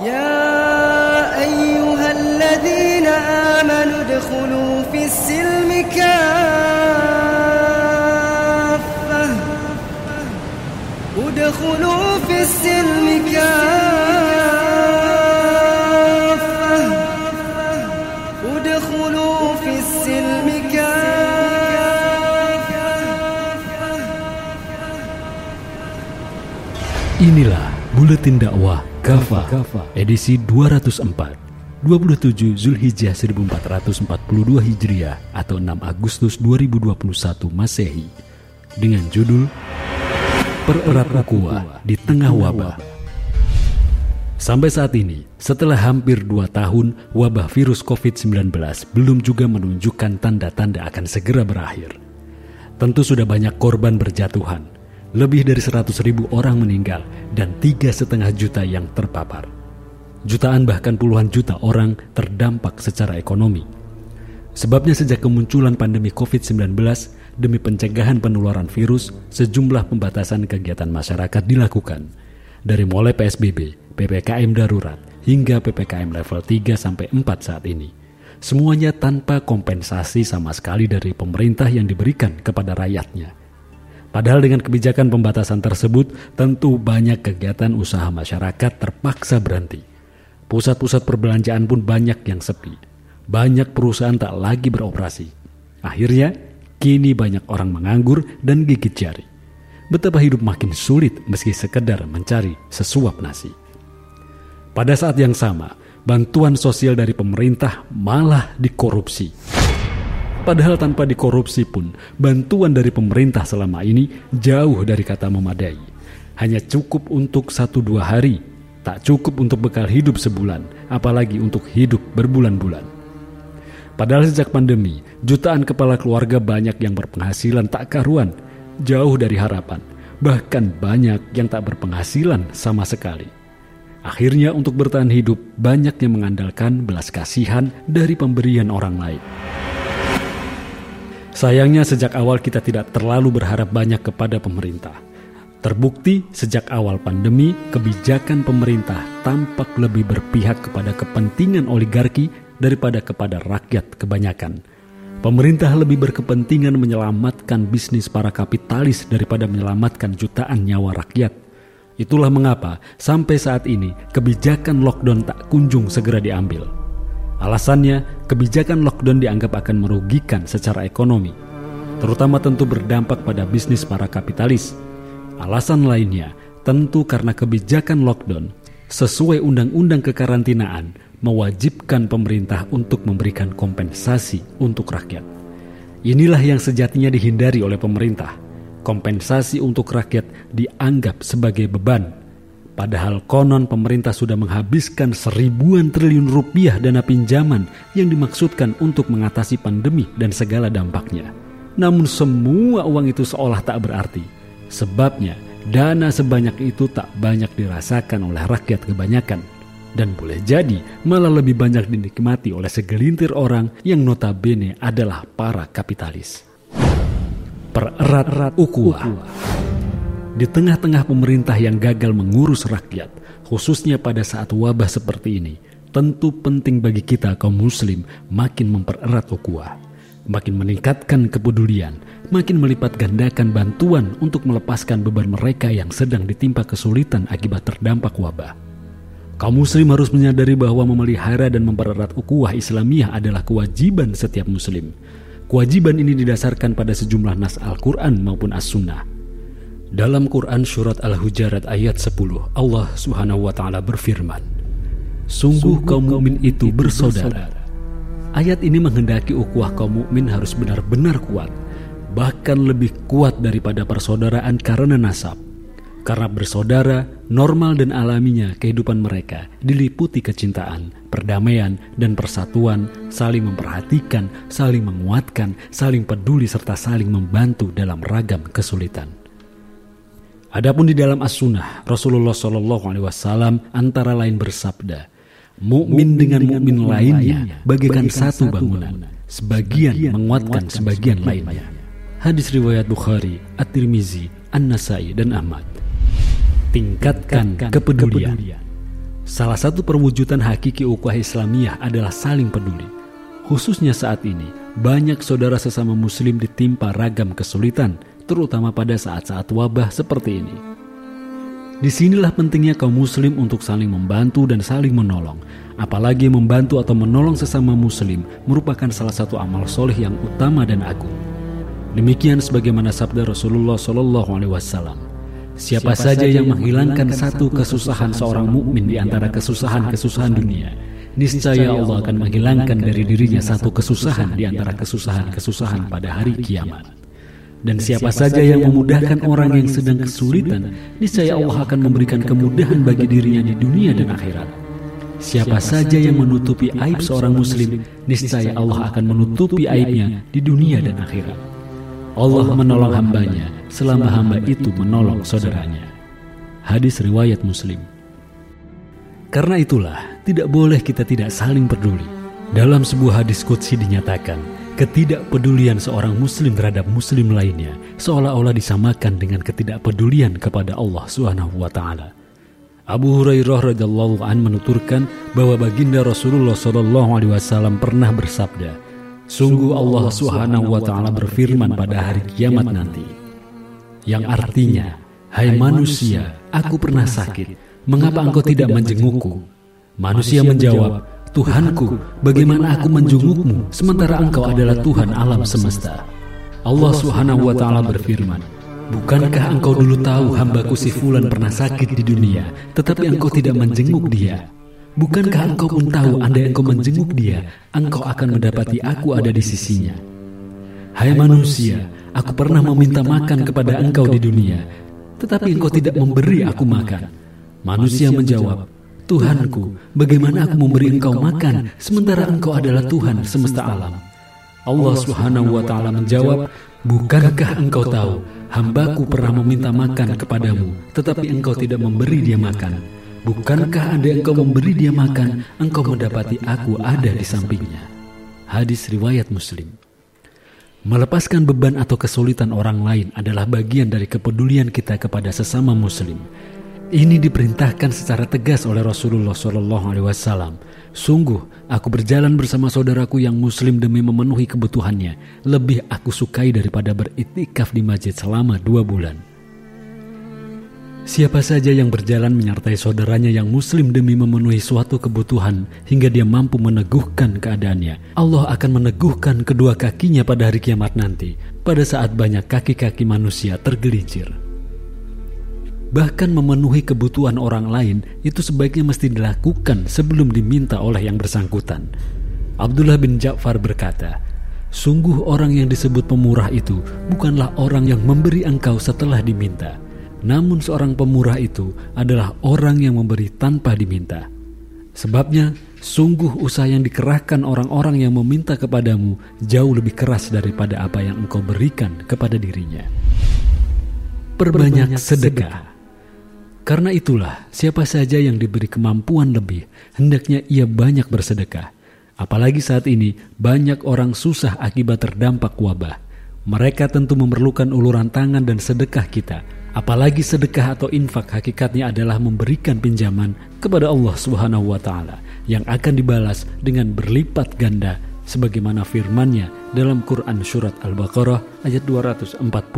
يا أيها الذين آمنوا ادخلوا في السلم كافة ادخلوا في السلم كافة ادخلوا في السلم كافة. Inilah Buletin Dakwah Kafah edisi 204 27 Zulhijjah 1442 Hijriah atau 6 Agustus 2021 Masehi dengan judul Pererat Ukhuwah di Tengah Wabah. Sampai saat ini, setelah hampir 2 tahun, wabah virus COVID-19 belum juga menunjukkan tanda-tanda akan segera berakhir. Tentu sudah banyak korban berjatuhan, lebih dari 100.000 orang meninggal dan 3,5 juta yang terpapar. Jutaan bahkan puluhan juta orang terdampak secara ekonomi. Sebabnya sejak kemunculan pandemi COVID-19, demi pencegahan penularan virus, sejumlah pembatasan kegiatan masyarakat dilakukan. Dari mulai PSBB, PPKM darurat, hingga PPKM level 3-4 saat ini. Semuanya tanpa kompensasi sama sekali dari pemerintah yang diberikan kepada rakyatnya. Padahal dengan kebijakan pembatasan tersebut, tentu banyak kegiatan usaha masyarakat terpaksa berhenti. Pusat-pusat perbelanjaan pun banyak yang sepi. Banyak perusahaan tak lagi beroperasi. Akhirnya, kini banyak orang menganggur dan gigit jari. Betapa hidup makin sulit meski sekedar mencari sesuap nasi. Pada saat yang sama, bantuan sosial dari pemerintah malah dikorupsi. Padahal tanpa dikorupsi pun, bantuan dari pemerintah selama ini jauh dari kata memadai. Hanya cukup untuk 1-2 hari, tak cukup untuk bekal hidup sebulan, apalagi untuk hidup berbulan-bulan. Padahal sejak pandemi, jutaan kepala keluarga banyak yang berpenghasilan tak karuan, jauh dari harapan. Bahkan banyak yang tak berpenghasilan sama sekali. Akhirnya untuk bertahan hidup, banyak yang mengandalkan belas kasihan dari pemberian orang lain. Sayangnya sejak awal kita tidak terlalu berharap banyak kepada pemerintah. Terbukti sejak awal pandemi, kebijakan pemerintah tampak lebih berpihak kepada kepentingan oligarki daripada kepada rakyat kebanyakan. Pemerintah lebih berkepentingan menyelamatkan bisnis para kapitalis daripada menyelamatkan jutaan nyawa rakyat. Itulah mengapa sampai saat ini kebijakan lockdown tak kunjung segera diambil. Alasannya, kebijakan lockdown dianggap akan merugikan secara ekonomi, terutama tentu berdampak pada bisnis para kapitalis. Alasan lainnya, tentu karena kebijakan lockdown sesuai undang-undang kekarantinaan mewajibkan pemerintah untuk memberikan kompensasi untuk rakyat. Inilah yang sejatinya dihindari oleh pemerintah. Kompensasi untuk rakyat dianggap sebagai beban. Padahal konon pemerintah sudah menghabiskan 1.000-an triliun rupiah dana pinjaman yang dimaksudkan untuk mengatasi pandemi dan segala dampaknya. Namun semua uang itu seolah tak berarti. Sebabnya dana sebanyak itu tak banyak dirasakan oleh rakyat kebanyakan. Dan boleh jadi malah lebih banyak dinikmati oleh segelintir orang yang notabene adalah para kapitalis. Pererat ukhuwah. Di tengah-tengah pemerintah yang gagal mengurus rakyat, khususnya pada saat wabah seperti ini, tentu penting bagi kita kaum muslim makin mempererat ukhuwah, makin meningkatkan kepedulian, makin melipat gandakan bantuan untuk melepaskan beban mereka yang sedang ditimpa kesulitan akibat terdampak wabah. Kaum muslim harus menyadari bahwa memelihara dan mempererat ukhuwah Islamiyah adalah kewajiban setiap muslim. Kewajiban ini didasarkan pada sejumlah nas Al-Quran maupun As-Sunnah. Dalam Quran surat Al-Hujarat ayat 10, Allah Subhanahu wa Ta'ala berfirman, "Sungguh kaum mukmin itu bersaudara." Ayat ini menghendaki ukhuwah kaum mukmin harus benar-benar kuat, bahkan lebih kuat daripada persaudaraan karena nasab. Karena bersaudara, normal dan alaminya kehidupan mereka diliputi kecintaan, perdamaian, dan persatuan, saling memperhatikan, saling menguatkan, saling peduli, serta saling membantu dalam ragam kesulitan. Adapun di dalam As-Sunnah, Rasulullah SAW antara lain bersabda, "Mukmin dengan mukmin lainnya bagaikan satu bangunan, sebagian menguatkan sebagian lainnya." Hadis riwayat Bukhari, At-Tirmizi, An-Nasai, dan Ahmad. Tingkatkan kepedulian. Salah satu perwujudan hakiki ukhuwah Islamiyah adalah saling peduli. Khususnya saat ini, banyak saudara sesama muslim ditimpa ragam kesulitan, terutama pada saat-saat wabah seperti ini. Disinilah pentingnya kaum muslim untuk saling membantu dan saling menolong. Apalagi membantu atau menolong sesama muslim merupakan salah satu amal soleh yang utama dan agung. Demikian sebagaimana sabda Rasulullah SAW. Siapa saja yang menghilangkan satu kesusahan seorang mukmin di antara kesusahan-kesusahan dunia, niscaya Allah akan menghilangkan dari dirinya satu kesusahan di antara kesusahan-kesusahan pada hari kiamat. Dan siapa saja yang memudahkan orang yang sedang kesulitan, niscaya Allah akan memberikan kemudahan bagi dirinya di dunia dan akhirat. Siapa saja yang menutupi aib seorang muslim, niscaya Allah akan menutupi aibnya di dunia dan akhirat. Allah menolong hambanya selama hamba itu menolong saudaranya. Hadis riwayat Muslim. Karena itulah tidak boleh kita tidak saling peduli. Dalam sebuah hadis qudsi dinyatakan, ketidakpedulian seorang muslim terhadap muslim lainnya seolah-olah disamakan dengan ketidakpedulian kepada Allah Subhanahu wa taala. Abu Hurairah radhiyallahu anhu menuturkan bahwa baginda Rasulullah SAW pernah bersabda, sungguh Allah Subhanahu wa taala berfirman pada hari kiamat nanti, yang artinya, hai manusia, aku pernah sakit, mengapa engkau tidak menjengukku? Manusia menjawab, Tuhanku, bagaimana aku menjengukmu sementara engkau adalah Tuhan alam semesta? Allah Subhanahu wa taala berfirman, bukankah engkau dulu tahu hambaku si fulan pernah sakit di dunia, tetapi engkau tidak menjenguk dia? Bukankah engkau pun tahu andai engkau menjenguk dia, engkau akan mendapati aku ada di sisinya? Hai manusia, aku pernah meminta makan kepada engkau di dunia, tetapi engkau tidak memberi aku makan. Manusia menjawab, Tuhanku, bagaimana aku memberi engkau makan sementara engkau adalah Tuhan semesta alam? Allah Subhanahu wa taala menjawab, bukankah engkau tahu hambaku pernah meminta makan kepadamu, tetapi engkau tidak memberi dia makan? Bukankah andai engkau memberi dia makan, engkau mendapati aku ada di sampingnya? Hadis riwayat Muslim. Melepaskan beban atau kesulitan orang lain adalah bagian dari kepedulian kita kepada sesama muslim. Ini diperintahkan secara tegas oleh Rasulullah SAW. Sungguh, aku berjalan bersama saudaraku yang muslim demi memenuhi kebutuhannya. Lebih aku sukai daripada beriktikaf di masjid selama 2 bulan. Siapa saja yang berjalan menyertai saudaranya yang muslim demi memenuhi suatu kebutuhan hingga dia mampu meneguhkan keadaannya, Allah akan meneguhkan kedua kakinya pada hari kiamat nanti, pada saat banyak kaki-kaki manusia tergelincir. Bahkan memenuhi kebutuhan orang lain itu sebaiknya mesti dilakukan sebelum diminta oleh yang bersangkutan. Abdullah bin Ja'far berkata, sungguh orang yang disebut pemurah itu bukanlah orang yang memberi engkau setelah diminta, namun seorang pemurah itu adalah orang yang memberi tanpa diminta. Sebabnya, sungguh usaha yang dikerahkan orang-orang yang meminta kepadamu jauh lebih keras daripada apa yang engkau berikan kepada dirinya. Perbanyak sedekah. Karena itulah, siapa saja yang diberi kemampuan lebih, hendaknya ia banyak bersedekah. Apalagi saat ini, banyak orang susah akibat terdampak wabah. Mereka tentu memerlukan uluran tangan dan sedekah kita. Apalagi sedekah atau infak hakikatnya adalah memberikan pinjaman kepada Allah Subhanahu wa taala yang akan dibalas dengan berlipat ganda sebagaimana firman-Nya dalam Quran surat Al-Baqarah ayat 245.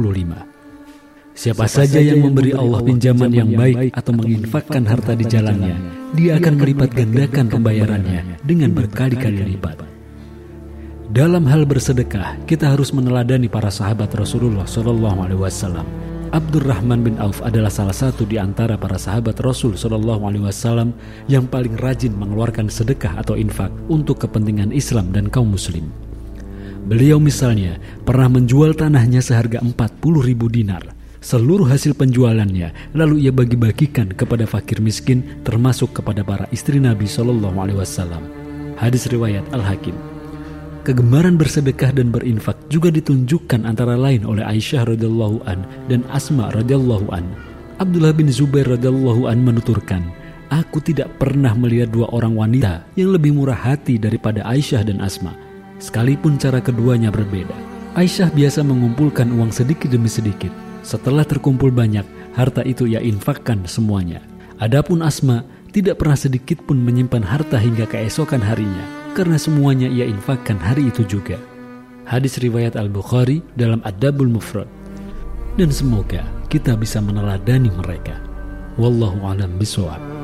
Siapa saja yang memberi Allah pinjaman yang baik atau menginfakkan harta di jalannya, dia akan melipat gandakan pembayarannya dengan berkali-kali lipat. Dalam hal bersedekah, kita harus meneladani para sahabat Rasulullah SAW. Abdurrahman bin Auf adalah salah satu di antara para sahabat Rasul SAW yang paling rajin mengeluarkan sedekah atau infak untuk kepentingan Islam dan kaum muslim. Beliau misalnya pernah menjual tanahnya seharga 40.000 dinar. Seluruh hasil penjualannya lalu ia bagi-bagikan kepada fakir miskin, termasuk kepada para istri Nabi SAW. Hadis riwayat Al-Hakim. Kegemaran bersedekah dan berinfak juga ditunjukkan antara lain oleh Aisyah radhiyallahu an dan Asma radhiyallahu an. Abdullah bin Zubair radhiyallahu an menuturkan, aku tidak pernah melihat dua orang wanita yang lebih murah hati daripada Aisyah dan Asma, sekalipun cara keduanya berbeda. Aisyah biasa mengumpulkan uang sedikit demi sedikit. Setelah terkumpul banyak, harta itu ia infakkan semuanya. Adapun Asma tidak pernah sedikit pun menyimpan harta hingga keesokan harinya, karena semuanya ia infakkan hari itu juga. Hadis riwayat Al-Bukhari dalam Adabul Mufrad. Dan semoga kita bisa meneladani mereka. Wallahu a'lam bishawab.